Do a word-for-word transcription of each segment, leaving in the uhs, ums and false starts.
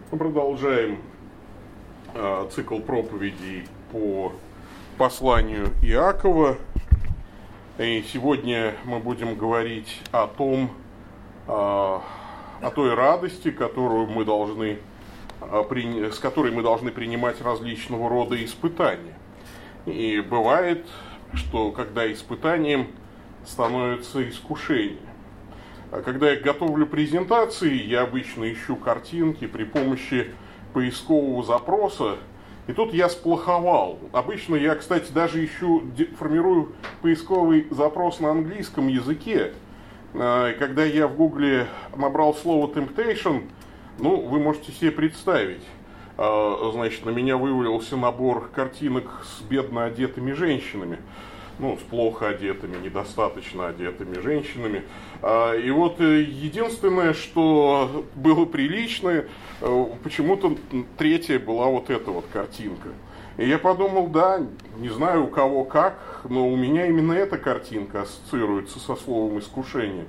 Мы продолжаем э, цикл проповедей по посланию Иакова. И сегодня мы будем говорить о том, э, о той радости, которую мы должны, э, при, с которой мы должны принимать различного рода испытания. И бывает, что когда испытанием становится искушение. Когда я готовлю презентации, я обычно ищу картинки при помощи поискового запроса, и тут я сплоховал. Обычно я, кстати, даже ищу, формирую поисковый запрос на английском языке. Когда я в гугле набрал слово temptation, ну, вы можете себе представить, значит, на меня вывалился набор картинок с бедно одетыми женщинами. Ну, с плохо одетыми, недостаточно одетыми женщинами. И вот единственное, что было приличное, почему-то третья была вот эта вот картинка. И я подумал, да, не знаю у кого как, но у меня именно эта картинка ассоциируется со словом искушение.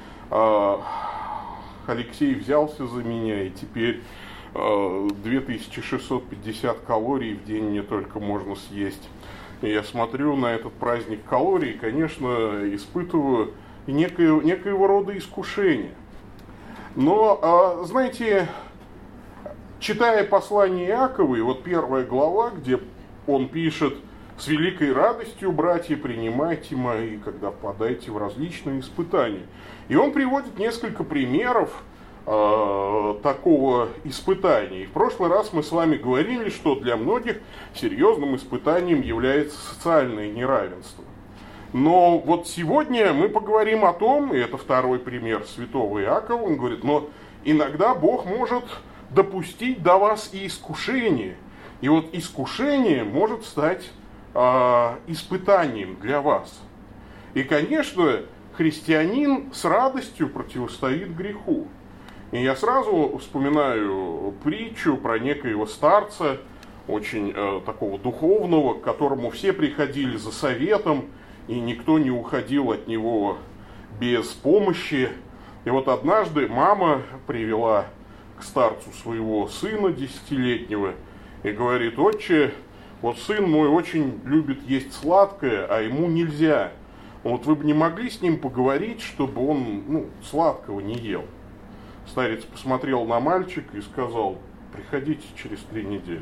Алексей взялся за меня, и теперь две тысячи шестьсот пятьдесят калорий в день мне только можно съесть. И я смотрю на этот праздник калорий и, конечно, испытываю некое, некоего рода искушение. Но, знаете, читая послание Иакова, и вот первая глава, где он пишет: «С великой радостью, братья, принимайте мои, когда впадаете в различные испытания». И он приводит несколько примеров такого испытания. И в прошлый раз мы с вами говорили, что для многих серьезным испытанием является социальное неравенство. Но вот сегодня мы поговорим о том, и это второй пример святого Иакова, он говорит, но иногда Бог может допустить до вас и искушение. И вот искушение может стать э, испытанием для вас. И, конечно, христианин с радостью противостоит греху. И я сразу вспоминаю притчу про некоего старца, очень э, такого духовного, к которому все приходили за советом, и никто не уходил от него без помощи. И вот однажды мама привела к старцу своего сына десятилетнего и говорит: «Отче, вот сын мой очень любит есть сладкое, а ему нельзя. Вот вы бы не могли с ним поговорить, чтобы он ну, сладкого не ел?» Старец посмотрел на мальчика и сказал: «Приходите через три недели».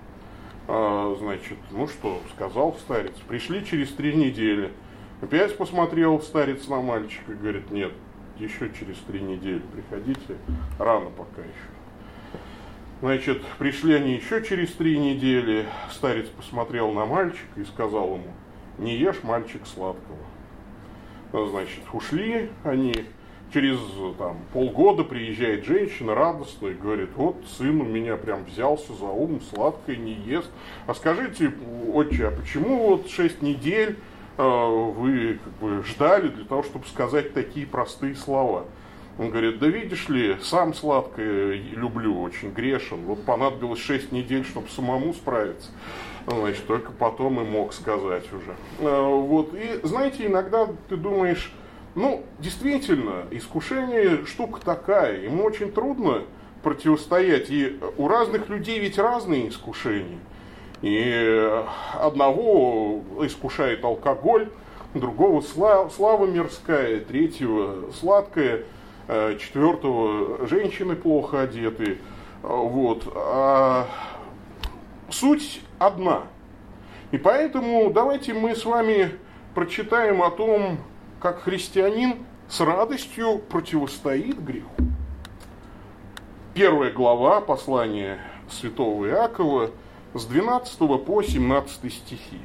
А, значит, ну что, сказал старец. Пришли через три недели. Опять посмотрел старец на мальчика и говорит: «Нет, еще через три недели приходите, рано пока еще». Значит, пришли они еще через три недели. Старец посмотрел на мальчика и сказал ему: «Не ешь, мальчик, сладкого». Значит, ушли они. Через там, полгода приезжает женщина радостная и говорит: «Вот сын у меня прям взялся за ум, сладкое не ест. А скажите, отче, а почему вот шесть недель э, вы как бы ждали для того, чтобы сказать такие простые слова?» Он говорит: «Да видишь ли, сам сладкое люблю, очень грешен. Вот понадобилось шесть недель, чтобы самому справиться. Значит, только потом и мог сказать уже». Э, вот. И знаете, иногда ты думаешь: ну, действительно, искушение штука такая, ему очень трудно противостоять. И у разных людей ведь разные искушения. И одного искушает алкоголь, другого слава мирская, третьего сладкое, четвертого женщины плохо одетые. Вот. А суть одна. И поэтому давайте мы с вами прочитаем о том, как христианин с радостью противостоит греху. Первая глава послания святого Иакова с двенадцатого по семнадцатый стихи.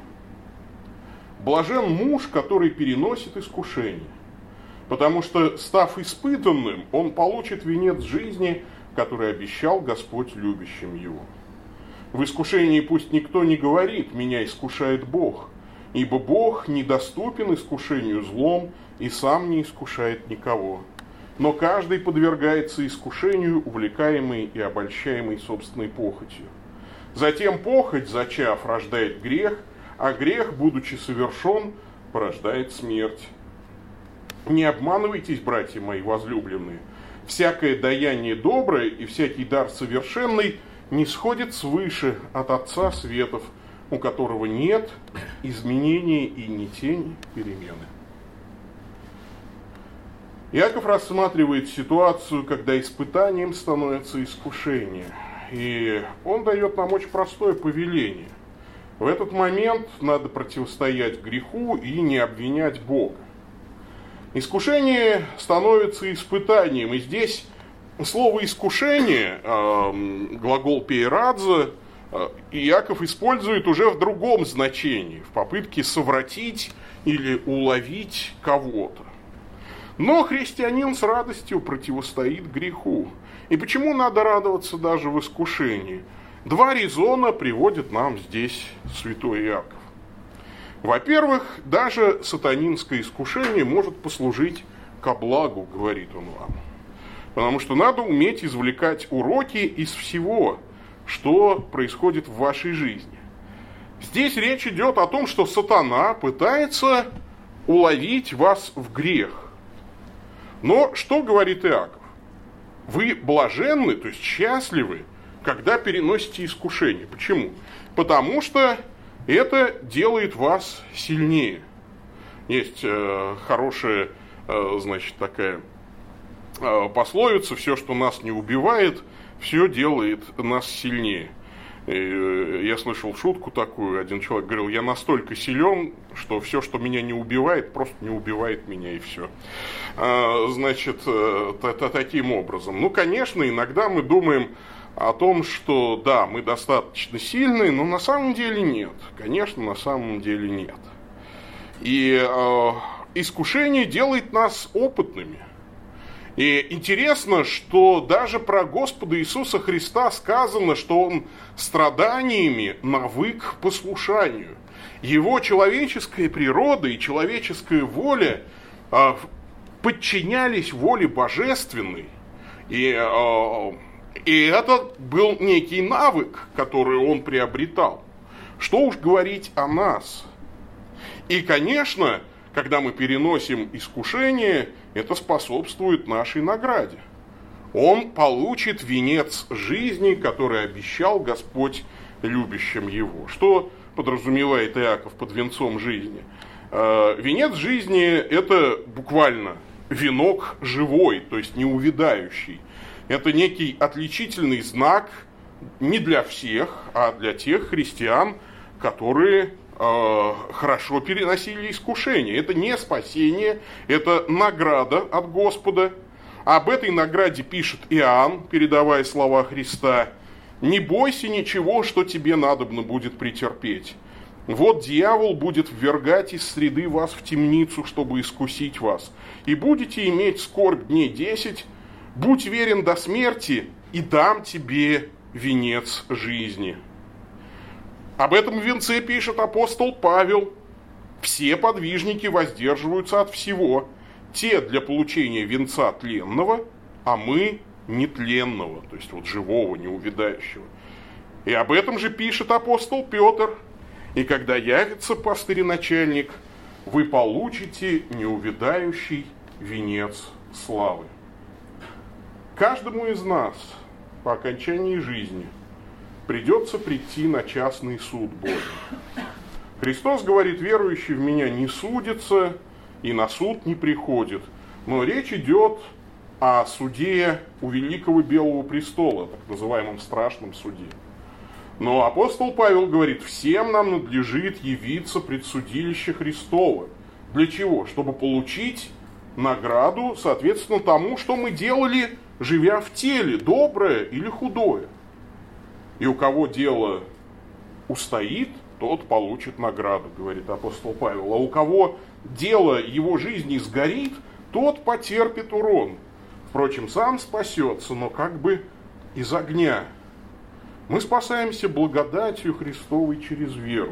«Блажен муж, который переносит искушение, потому что, став испытанным, он получит венец жизни, который обещал Господь любящим его. В искушении пусть никто не говорит: меня искушает Бог, ибо Бог недоступен искушению злом и сам не искушает никого. Но каждый подвергается искушению, увлекаемый и обольщаемый собственной похотью. Затем похоть, зачав, рождает грех, а грех, будучи совершен, порождает смерть. Не обманывайтесь, братья мои возлюбленные. всякое даяние доброе и всякий дар совершенный не сходит свыше от Отца светов, у которого нет изменений и ни тени перемены. Иаков рассматривает ситуацию, когда испытанием становится искушение. И он дает нам очень простое повеление. В этот момент надо противостоять греху и не обвинять Бога. Искушение становится испытанием. И здесь слово «искушение», глагол «пейрадзе», Иаков использует уже в другом значении, в попытке совратить или уловить кого-то. Но христианин с радостью противостоит греху. И почему надо радоваться даже в искушении? Два резона приводит нам здесь святой Иаков. Во-первых, даже сатанинское искушение может послужить ко благу, говорит он вам. Потому что надо уметь извлекать уроки из всего, что происходит в вашей жизни. Здесь речь идет о том, что сатана пытается уловить вас в грех. Но что говорит Иаков? Вы блаженны, то есть счастливы, когда переносите искушение. Почему? Потому что это делает вас сильнее. Есть э, хорошая, э, значит, такая э, пословица: все, что нас не убивает, все делает нас сильнее. И, э, я слышал шутку такую, один человек говорил: я настолько силен, что все, что меня не убивает, просто не убивает меня, и все. А, значит, э, таким образом. Ну, конечно, иногда мы думаем о том, что да, мы достаточно сильные, но на самом деле нет. Конечно, на самом деле нет. И э, искушение делает нас опытными. И интересно, что даже про Господа Иисуса Христа сказано, что Он страданиями навык к послушанию. Его человеческая природа и человеческая воля э, подчинялись воле божественной. И, э, и это был некий навык, который Он приобретал. Что уж говорить о нас. И, конечно, когда мы переносим искушение, это способствует нашей награде. Он получит венец жизни, который обещал Господь любящим его. Что подразумевает Иаков под венцом жизни? Венец жизни – это буквально венок живой, то есть неувядающий. Это некий отличительный знак не для всех, а для тех христиан, которые хорошо переносили искушения. Это не спасение, это награда от Господа. Об этой награде пишет Иоанн, передавая слова Христа: «Не бойся ничего, что тебе надобно будет претерпеть. Вот дьявол будет ввергать из среды вас в темницу, чтобы искусить вас. И будете иметь скорбь дней десять. Будь верен до смерти, и дам тебе венец жизни». Об этом венце пишет апостол Павел: «Все подвижники воздерживаются от всего, те для получения венца тленного, а мы нетленного», то есть вот живого, неувядающего. И об этом же пишет апостол Петр: «И когда явится пастырь-начальник, вы получите неувядающий венец славы». Каждому из нас по окончании жизни придется прийти на частный суд Божий. Христос говорит: верующий в меня не судится и на суд не приходит. Но речь идет о суде у Великого Белого Престола, так называемом страшном суде. Но апостол Павел говорит: всем нам надлежит явиться пред судилище Христово. Для чего? Чтобы получить награду, соответственно, тому, что мы делали, живя в теле, доброе или худое. И у кого дело устоит, тот получит награду, говорит апостол Павел. А у кого дело его жизни сгорит, тот потерпит урон. Впрочем, сам спасется, но как бы из огня. Мы спасаемся благодатью Христовой через веру.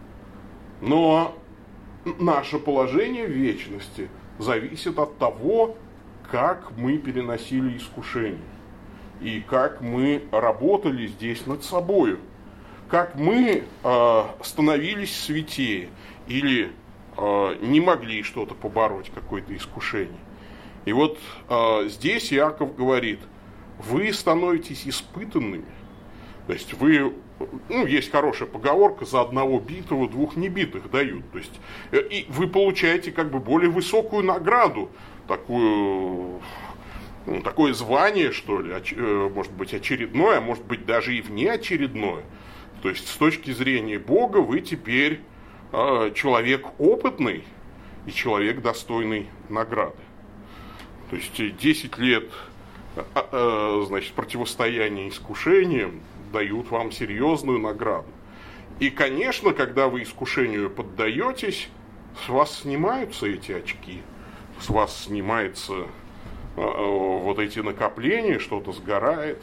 Но наше положение в вечности зависит от того, как мы переносили искушение. И как мы работали здесь над собою, как мы э, становились святее или э, не могли что-то побороть, какое-то искушение. И вот э, здесь Иаков говорит, вы становитесь испытанными. То есть вы, ну, есть хорошая поговорка, за одного битого двух небитых дают. То есть э, и вы получаете как бы более высокую награду, такую, ну, такое звание, что ли, оч, э, может быть очередное, а может быть даже и внеочередное. То есть с точки зрения Бога вы теперь э, человек опытный и человек достойный награды. То есть десять лет э, э, значит, противостояния искушениям дают вам серьезную награду. И, конечно, когда вы искушению поддаетесь, с вас снимаются эти очки, с вас снимаются э, вот эти накопления, что-то сгорает.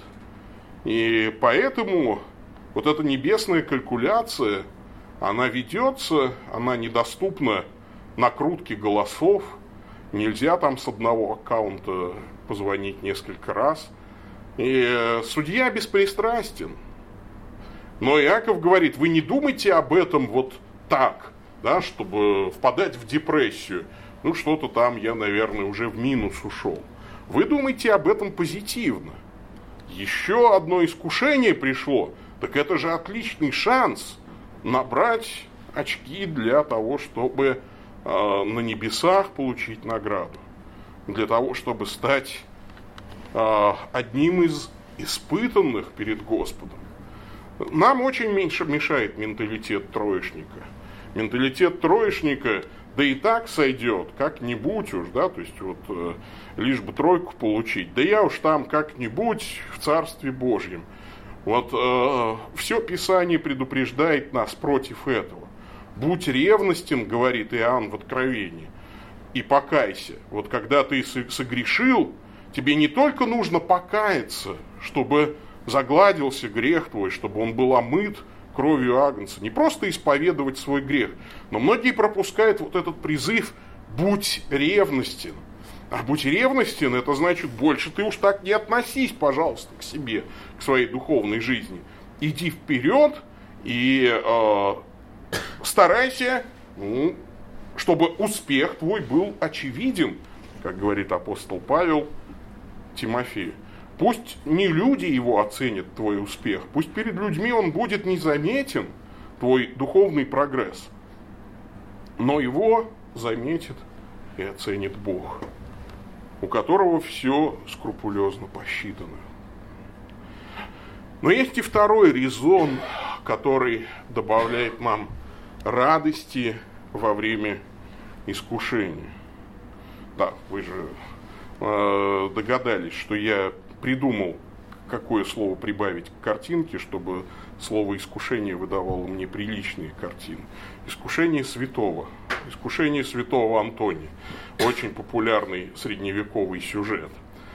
И поэтому вот эта небесная калькуляция, она ведется, она недоступна накрутке голосов, нельзя там с одного аккаунта позвонить несколько раз. И судья беспристрастен. Но Иаков говорит, вы не думайте об этом вот так, да, чтобы впадать в депрессию. Ну, что-то там я, наверное, уже в минус ушел. Вы думайте об этом позитивно. Еще одно искушение пришло, так это же отличный шанс набрать очки для того, чтобы э, на небесах получить награду. Для того, чтобы стать э, одним из испытанных перед Господом. Нам очень меньше мешает менталитет троечника. Менталитет троечника, да и так сойдет, как-нибудь уж, да, то есть вот э, лишь бы тройку получить. Да я уж там как-нибудь в Царстве Божьем. Вот э, все Писание предупреждает нас против этого. Будь ревностен, говорит Иоанн в Откровении, и покайся. Вот когда ты согрешил, тебе не только нужно покаяться, чтобы загладился грех твой, чтобы он был омыт кровью агнца. Не просто исповедовать свой грех, но многие пропускают вот этот призыв «будь ревностен». А будь ревностен, это значит, больше ты уж так не относись, пожалуйста, к себе, к своей духовной жизни. Иди вперед и э, старайся, ну, чтобы успех твой был очевиден, как говорит апостол Павел Тимофею. Пусть не люди его оценят, твой успех, пусть перед людьми он будет незаметен, твой духовный прогресс, но его заметит и оценит Бог, у которого все скрупулезно посчитано. Но есть и второй резон, который добавляет нам радости во время искушения. Да, вы же э, догадались, что я придумал, какое слово прибавить к картинке, чтобы слово «искушение» выдавало мне приличные картины. Искушение святого. Искушение святого Антония. Очень популярный средневековый сюжет.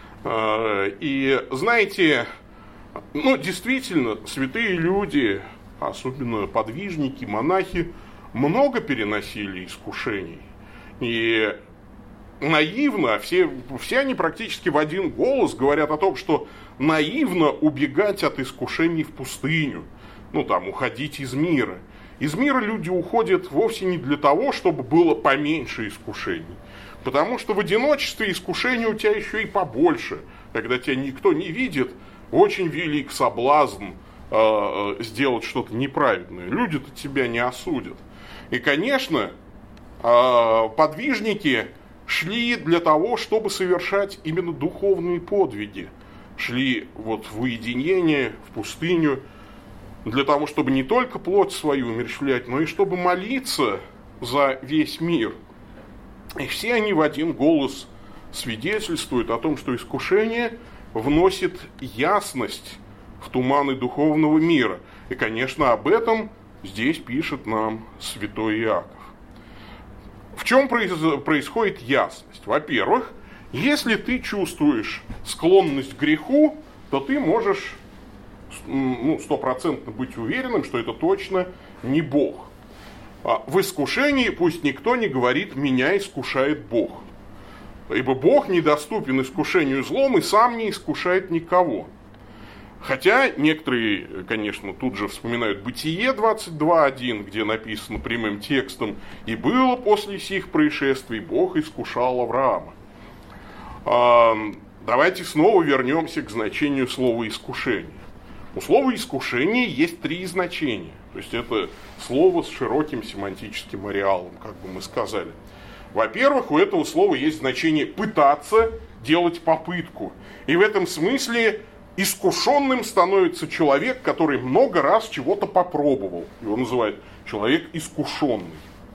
И знаете, ну действительно, святые люди, особенно подвижники, монахи, много переносили искушений. И наивно, все, все они практически в один голос говорят о том, что наивно убегать от искушений в пустыню, ну там, уходить из мира. Из мира люди уходят вовсе не для того, чтобы было поменьше искушений, потому что в одиночестве искушений у тебя еще и побольше, когда тебя никто не видит, очень велик соблазн э, сделать что-то неправедное, люди-то тебя не осудят. И, конечно, э, подвижники шли для того, чтобы совершать именно духовные подвиги. Шли вот в уединение, в пустыню, для того, чтобы не только плоть свою умерщвлять, но и чтобы молиться за весь мир. И все они в один голос свидетельствуют о том, что искушение вносит ясность в туманы духовного мира. И, конечно, об этом здесь пишет нам святой Иаков. В чем происходит ясность? Во-первых, если ты чувствуешь склонность к греху, то ты можешь ну, стопроцентно быть уверенным, что это точно не Бог. В искушении пусть никто не говорит «меня искушает Бог». Ибо Бог недоступен искушению злом и сам не искушает никого. Хотя некоторые, конечно, тут же вспоминают Бытие двадцать два один, где написано прямым текстом: «И было после сих происшествий, Бог искушал Авраама». Давайте снова вернемся к значению слова «искушение». У слова «искушение» есть три значения. То есть это слово с широким семантическим ареалом, как бы мы сказали. Во-первых, у этого слова есть значение «пытаться», «делать попытку». И в этом смысле искушенным становится человек, который много раз чего-то попробовал. Его называют человек искушенный.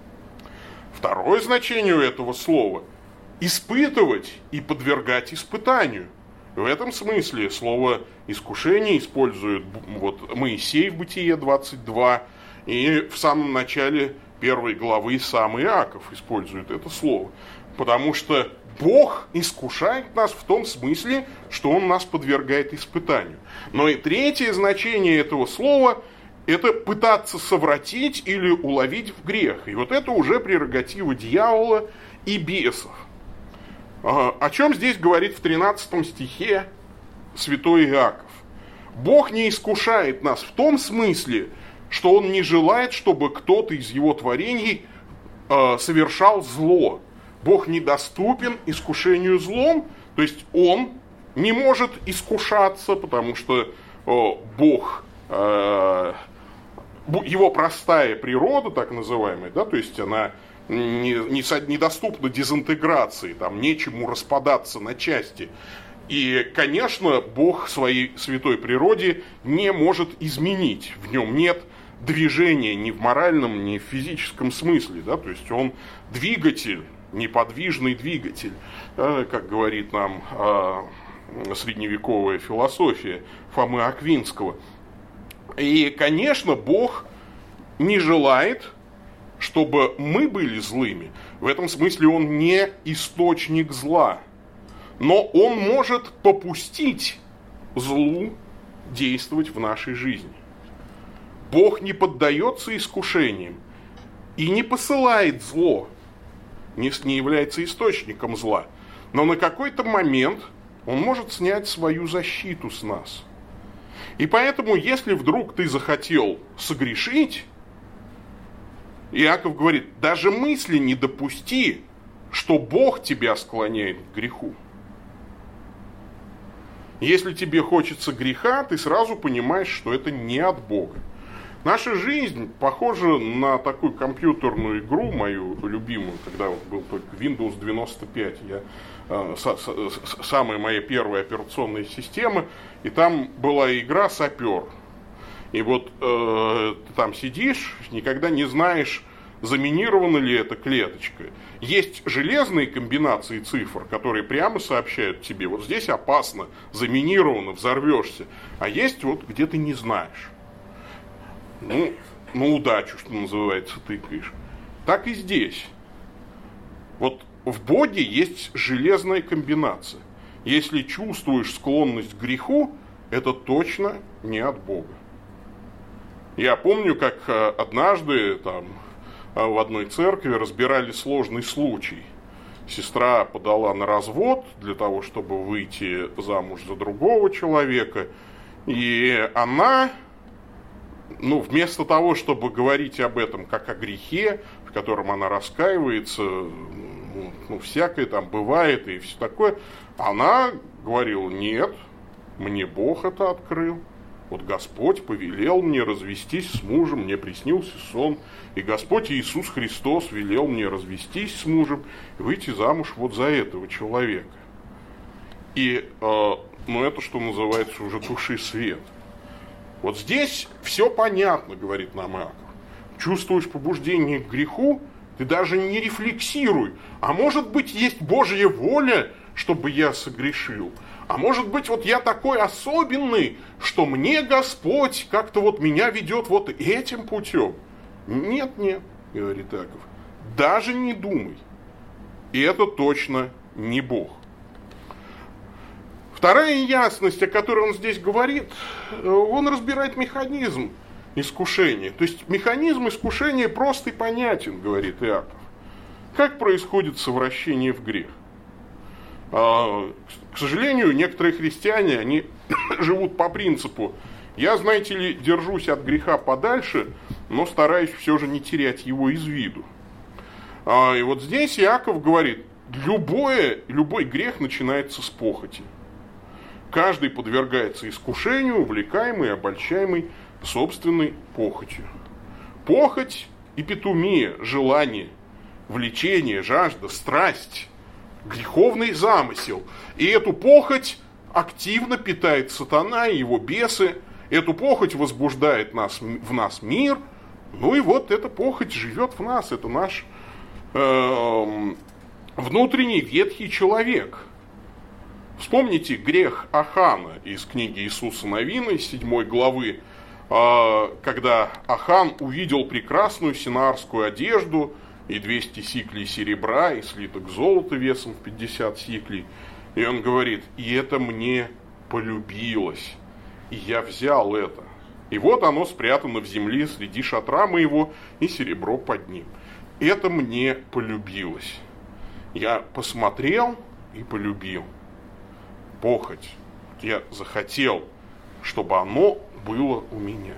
Второе значение у этого слова – испытывать и подвергать испытанию. В этом смысле слово «искушение» использует вот Моисей в Бытие двадцать два, и в самом начале первой главы сам Иаков использует это слово. Потому что Бог искушает нас в том смысле, что Он нас подвергает испытанию. Но и третье значение этого слова – это пытаться совратить или уловить в грех. И вот это уже прерогатива дьявола и бесов. О чем здесь говорит в тринадцатом стихе святой Иаков? Бог не искушает нас в том смысле, что Он не желает, чтобы кто-то из Его творений э, совершал зло. Бог недоступен искушению злом, то есть Он не может искушаться, потому что э, Бог, э, Его простая природа, так называемая, да, то есть она не, не, недоступна дезинтеграции, там нечему распадаться на части. И, конечно, Бог в своей святой природе не может изменить, в нем нет движения ни в моральном, ни в физическом смысле, да, то есть Он двигатель, неподвижный двигатель, как говорит нам средневековая философия Фомы Аквинского. И, конечно, Бог не желает, чтобы мы были злыми. В этом смысле Он не источник зла. Но Он может попустить злу действовать в нашей жизни. Бог не поддается искушениям и не посылает зло, не, не является источником зла. Но на какой-то момент Он может снять свою защиту с нас. И поэтому, если вдруг ты захотел согрешить, Иаков говорит, даже мысли не допусти, что Бог тебя склоняет к греху. Если тебе хочется греха, ты сразу понимаешь, что это не от Бога. Наша жизнь похожа на такую компьютерную игру, мою любимую, когда вот был только Windows девяносто пять, я, э, с, с, самая моя первая операционная система, и там была игра «Сапер». И вот э, ты там сидишь, никогда не знаешь, заминирована ли эта клеточка. Есть железные комбинации цифр, которые прямо сообщают тебе, вот здесь опасно, заминировано, взорвешься. А есть вот, где ты не знаешь. Ну, на удачу, что называется, тыкаешь. Так и здесь. Вот в Боге есть железная комбинация. Если чувствуешь склонность к греху, это точно не от Бога. Я помню, как однажды там, в одной церкви разбирали сложный случай. Сестра подала на развод для того, чтобы выйти замуж за другого человека. И она, ну, вместо того, чтобы говорить об этом как о грехе, в котором она раскаивается, ну, всякое там бывает и все такое, она говорила, нет, мне Бог это открыл. Вот Господь повелел мне развестись с мужем, мне приснился сон, и Господь Иисус Христос велел мне развестись с мужем и выйти замуж вот за этого человека. И, э, ну, это, что называется, уже туши свет. Вот здесь все понятно, говорит нам Иаков. Чувствуешь побуждение к греху, ты даже не рефлексируй. А может быть, есть Божья воля, чтобы я согрешил? А может быть, вот я такой особенный, что мне Господь как-то вот меня ведет вот этим путем? Нет, нет, говорит Иаков, даже не думай. И это точно не Бог. Вторая ясность, о которой он здесь говорит, он разбирает механизм искушения. То есть механизм искушения прост и понятен, говорит Иаков. Как происходит совращение в грех? К сожалению, некоторые христиане, они живут по принципу, я, знаете ли, держусь от греха подальше, но стараюсь все же не терять его из виду. И вот здесь Иаков говорит, любое, любой грех начинается с похоти. Каждый подвергается искушению, увлекаемый, обольщаемый собственной похотью. Похоть, эпитумия, желание, влечение, жажда, страсть, греховный замысел. И эту похоть активно питает сатана и его бесы. Эту похоть возбуждает нас, в нас мир. Ну и вот эта похоть живет в нас. Это наш э, внутренний ветхий человек. Вспомните грех Ахана из книги Иисуса Навина, из седьмой главы, когда Ахан увидел прекрасную синарскую одежду и двести сиклей серебра, и слиток золота весом в пятьдесят сиклей. И он говорит: и это мне полюбилось, и я взял это. И вот оно спрятано в земле среди шатра моего, и серебро под ним. Это мне полюбилось. Я посмотрел и полюбил. Похоть. Я захотел, чтобы оно было у меня.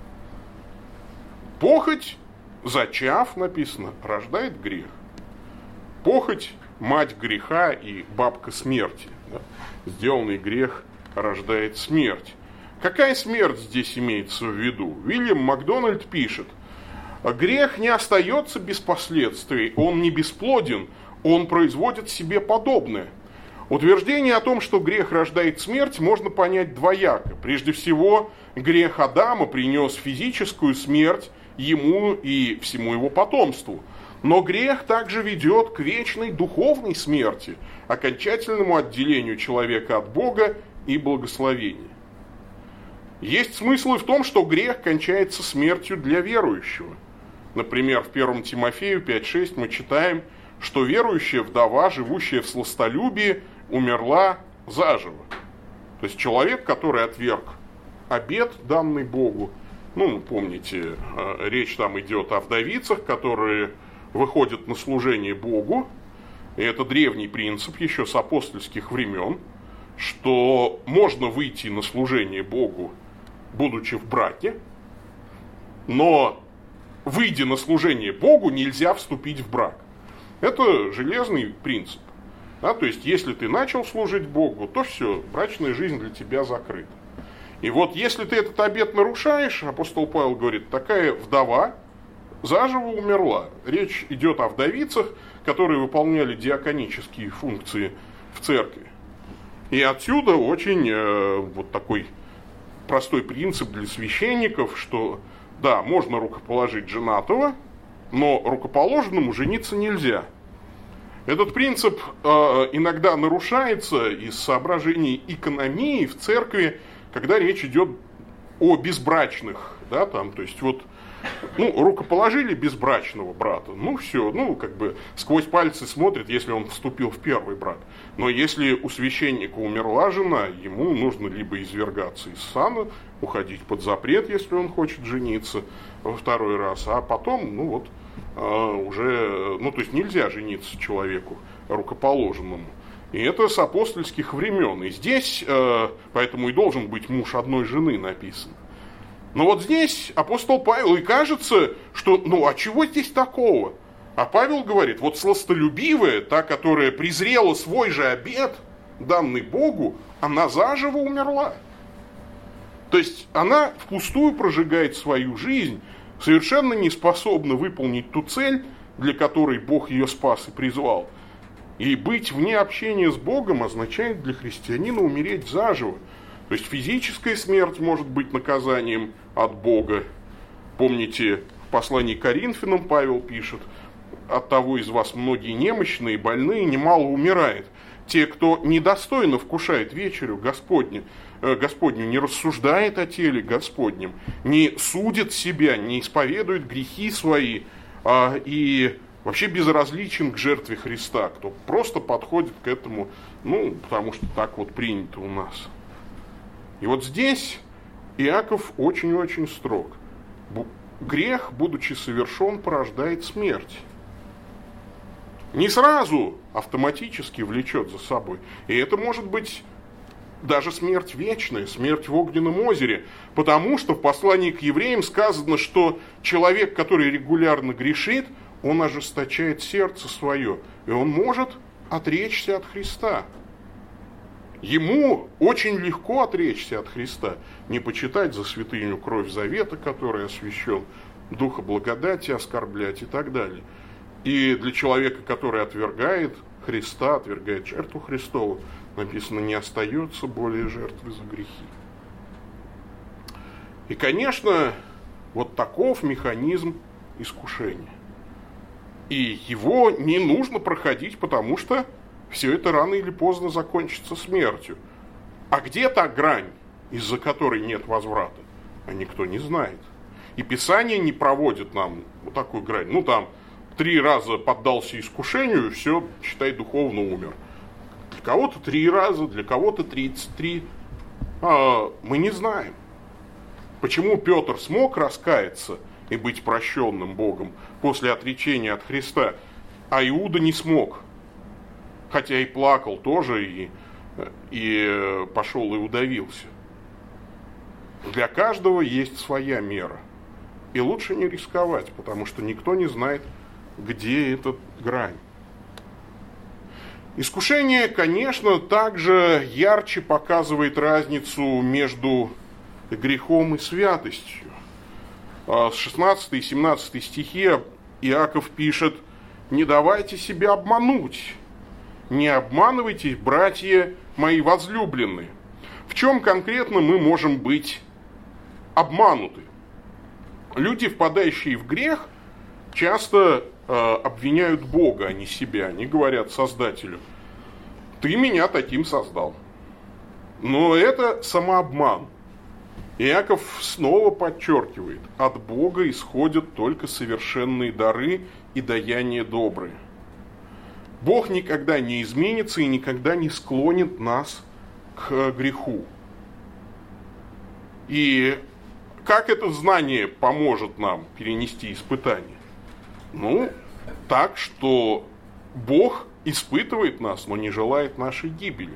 Похоть, зачав, написано, рождает грех. Похоть – мать греха и бабка смерти. Да? Сделанный грех рождает смерть. Какая смерть здесь имеется в виду? Уильям Макдональд пишет: грех не остается без последствий, он не бесплоден, он производит себе подобное. Утверждение о том, что грех рождает смерть, можно понять двояко. Прежде всего, грех Адама принес физическую смерть ему и всему его потомству. Но грех также ведет к вечной духовной смерти, окончательному отделению человека от Бога и благословения. Есть смысл и в том, что грех кончается смертью для верующего. Например, в первом Тимофею пять шесть мы читаем, что верующая вдова, живущая в сластолюбии, умерла заживо. То есть человек, который отверг обет, данный Богу, ну, помните, речь там идет о вдовицах, которые выходят на служение Богу, и это древний принцип еще с апостольских времен, что можно выйти на служение Богу, будучи в браке, но, выйдя на служение Богу, нельзя вступить в брак. Это железный принцип. Да, то есть, если ты начал служить Богу, то все, брачная жизнь для тебя закрыта. И вот, если ты этот обет нарушаешь, апостол Павел говорит, такая вдова заживо умерла. Речь идет о вдовицах, которые выполняли диаконические функции в церкви. И отсюда очень э, вот такой простой принцип для священников, что, да, можно рукоположить женатого, но рукоположенному жениться нельзя. Этот принцип э, иногда нарушается из соображений экономии в церкви, когда речь идет о безбрачных, да, там, то есть вот, ну, рукоположили безбрачного брата, ну, все, ну, как бы сквозь пальцы смотрит, если он вступил в первый брак. Но если у священника умерла жена, ему нужно либо извергаться из сана, уходить под запрет, если он хочет жениться во второй раз, а потом, ну, вот, уже, ну, то есть нельзя жениться человеку рукоположенному. И это с апостольских времен. И здесь, поэтому и должен быть муж одной жены написано. Но вот здесь апостол Павел, и кажется, что, ну, а чего здесь такого? А Павел говорит, вот сластолюбивая, та, которая презрела свой же обет, данный Богу, она заживо умерла. То есть она впустую прожигает свою жизнь, совершенно не способна выполнить ту цель, для которой Бог ее спас и призвал. И быть вне общения с Богом означает для христианина умереть заживо. То есть физическая смерть может быть наказанием от Бога. Помните, в послании к Коринфянам Павел пишет, от того из вас многие немощные, больные, немало умирает. Те, кто недостойно вкушает вечерю Господню, э, Господню, не рассуждает о теле Господнем, не судит себя, не исповедует грехи свои а, и вообще безразличен к жертве Христа, кто просто подходит к этому, ну, потому что так вот принято у нас. И вот здесь Иаков очень-очень строг. Грех, будучи совершен, порождает смерть. Не сразу автоматически влечет за собой. И это может быть даже смерть вечная, смерть в огненном озере. Потому что в послании к евреям сказано, что человек, который регулярно грешит, он ожесточает сердце свое. И он может отречься от Христа. Ему очень легко отречься от Христа, не почитать за святыню кровь завета, который освящен, духа благодати оскорблять и так далее. И для человека, который отвергает Христа, отвергает жертву Христову, написано, не остается более жертвы за грехи. И, конечно, вот таков механизм искушения. И его не нужно проходить, потому что все это рано или поздно закончится смертью. А где та грань, из-за которой нет возврата? А никто не знает. И Писание не проводит нам вот такую грань. Ну, там, три раза поддался искушению, все, считай, духовно умер. Для кого-то три раза, для кого-то тридцать три. А, мы не знаем. Почему Петр смог раскаяться и быть прощенным Богом после отречения от Христа, а Иуда не смог? Хотя и плакал тоже, и, и пошел и удавился. Для каждого есть своя мера. И лучше не рисковать, потому что никто не знает, где эта грань. Искушение, конечно, также ярче показывает разницу между грехом и святостью. С шестнадцатого и семнадцатого стихи Иаков пишет: «Не давайте себя обмануть, не обманывайтесь, братья мои возлюбленные». В чем конкретно мы можем быть обмануты? Люди, впадающие в грех, часто э, обвиняют Бога, а не себя. Они говорят Создателю: «Ты меня таким создал». Но это самообман. Иаков снова подчеркивает: от Бога исходят только совершенные дары и даяния добрые. Бог никогда не изменится и никогда не склонит нас к греху. И как это знание поможет нам перенести испытание? Ну, так, что Бог испытывает нас, но не желает нашей гибели.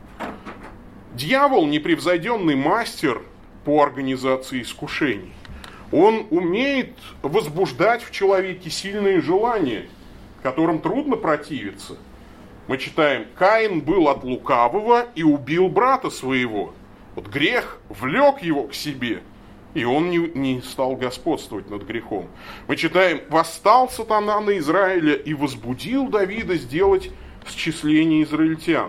Дьявол – непревзойденный мастер по организации искушений. Он умеет возбуждать в человеке сильные желания, которым трудно противиться. Мы читаем: «Каин был от лукавого и убил брата своего». Вот грех влек его к себе, и он не, не стал господствовать над грехом. Мы читаем: «Восстал сатана на Израиля и возбудил Давида сделать счисление израильтян».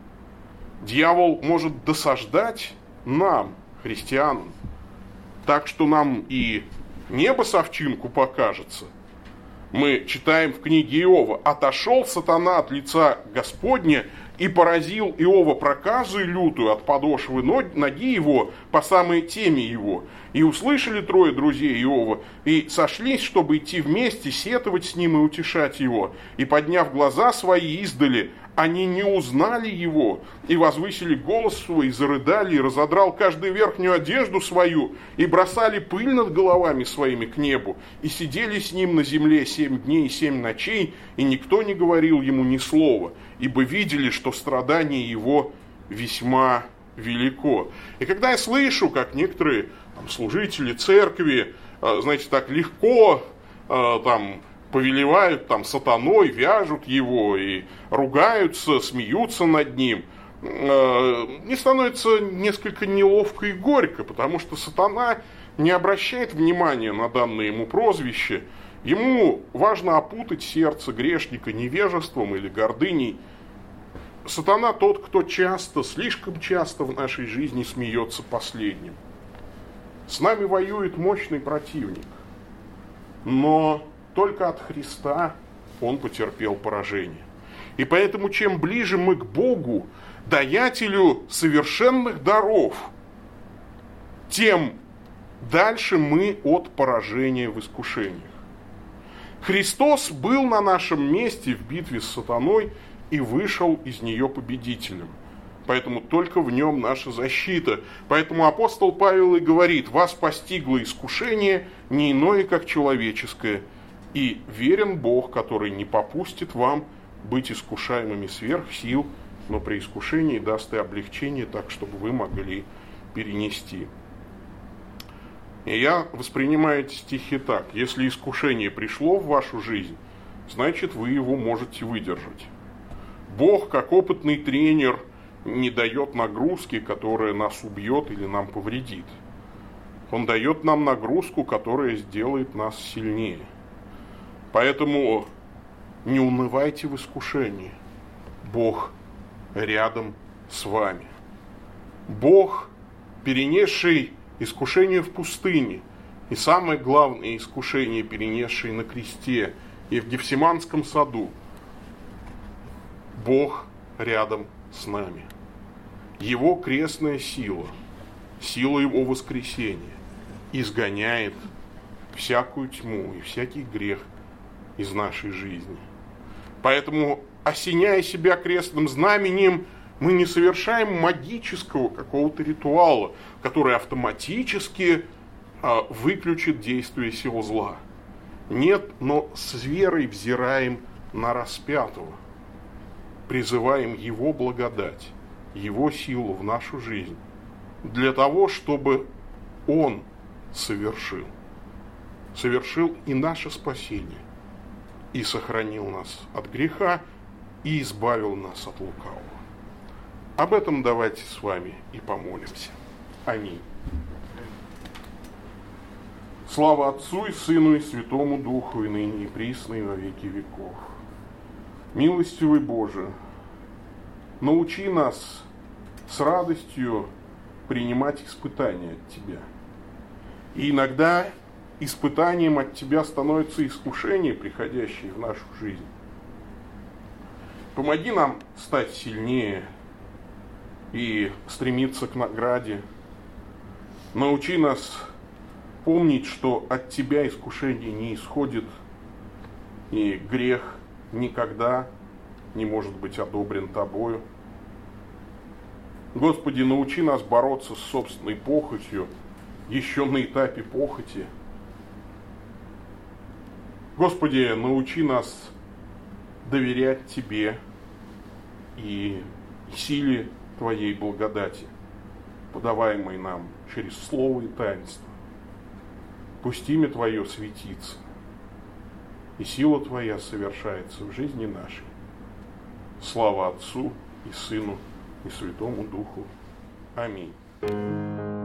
Дьявол может досаждать нам, христианам, так что нам и небо с овчинку покажется. Мы читаем в книге Иова: «Отошел сатана от лица Господня и поразил Иова проказой лютую от подошвы ноги его по самой теме его. И услышали трое друзей Иова, и сошлись, чтобы идти вместе, сетовать с ним и утешать его. И, подняв глаза свои издали, они не узнали его, и возвысили голос свой, и зарыдали, и разодрал каждый верхнюю одежду свою, и бросали пыль над головами своими к небу, и сидели с ним на земле семь дней и семь ночей, и никто не говорил ему ни слова, ибо видели, что страдание его весьма велико». И когда я слышу, как некоторые там, служители церкви, знаете, так легко там повелевают там сатаной, вяжут его и ругаются, смеются над ним, мне становится несколько неловко и горько, потому что сатана не обращает внимания на данное ему прозвище. Ему важно опутать сердце грешника невежеством или гордыней. Сатана тот, кто часто, слишком часто в нашей жизни смеется последним. С нами воюет мощный противник, но только от Христа он потерпел поражение. И поэтому чем ближе мы к Богу, даятелю совершенных даров, тем дальше мы от поражения в искушениях. Христос был на нашем месте в битве с сатаной и вышел из нее победителем. Поэтому только в нем наша защита. Поэтому апостол Павел и говорит: «Вас постигло искушение не иное, как человеческое, и верен Бог, который не попустит вам быть искушаемыми сверх сил, но при искушении даст и облегчение, так, чтобы вы могли перенести». И я воспринимаю эти стихи так: если искушение пришло в вашу жизнь, значит, вы его можете выдержать. Бог, как опытный тренер, не дает нагрузки, которая нас убьет или нам повредит. Он дает нам нагрузку, которая сделает нас сильнее. Поэтому не унывайте в искушении. Бог рядом с вами. Бог, перенесший искушение в пустыне, и самое главное искушение, перенесший на кресте и в Гефсиманском саду, Бог рядом с нами. Его крестная сила, сила Его воскресения изгоняет всякую тьму и всякий грех из нашей жизни. Поэтому, осеняя себя крестным знаменем, мы не совершаем магического какого-то ритуала, который автоматически а, выключит действие сил зла. Нет, но с верой взираем на распятого, призываем Его благодать, Его силу в нашу жизнь, для того, чтобы Он совершил, совершил и наше спасение, и сохранил нас от греха, и избавил нас от лукавого. Об этом давайте с вами и помолимся. Аминь. Слава Отцу и Сыну и Святому Духу, и ныне и присно, и во веки веков. Милостивый Боже, научи нас с радостью принимать испытания от Тебя. И иногда испытанием от Тебя становится искушение, приходящее в нашу жизнь. Помоги нам стать сильнее и стремиться к награде. Научи нас помнить, что от Тебя искушение не исходит, и грех никогда не может быть одобрен Тобою. Господи, научи нас бороться с собственной похотью еще на этапе похоти. Господи, научи нас доверять Тебе и силе Твоей благодати, подаваемой нам через слово и таинство. Пусть имя Твое светится, и сила Твоя совершается в жизни нашей. Слава Отцу и Сыну и Святому Духу. Аминь.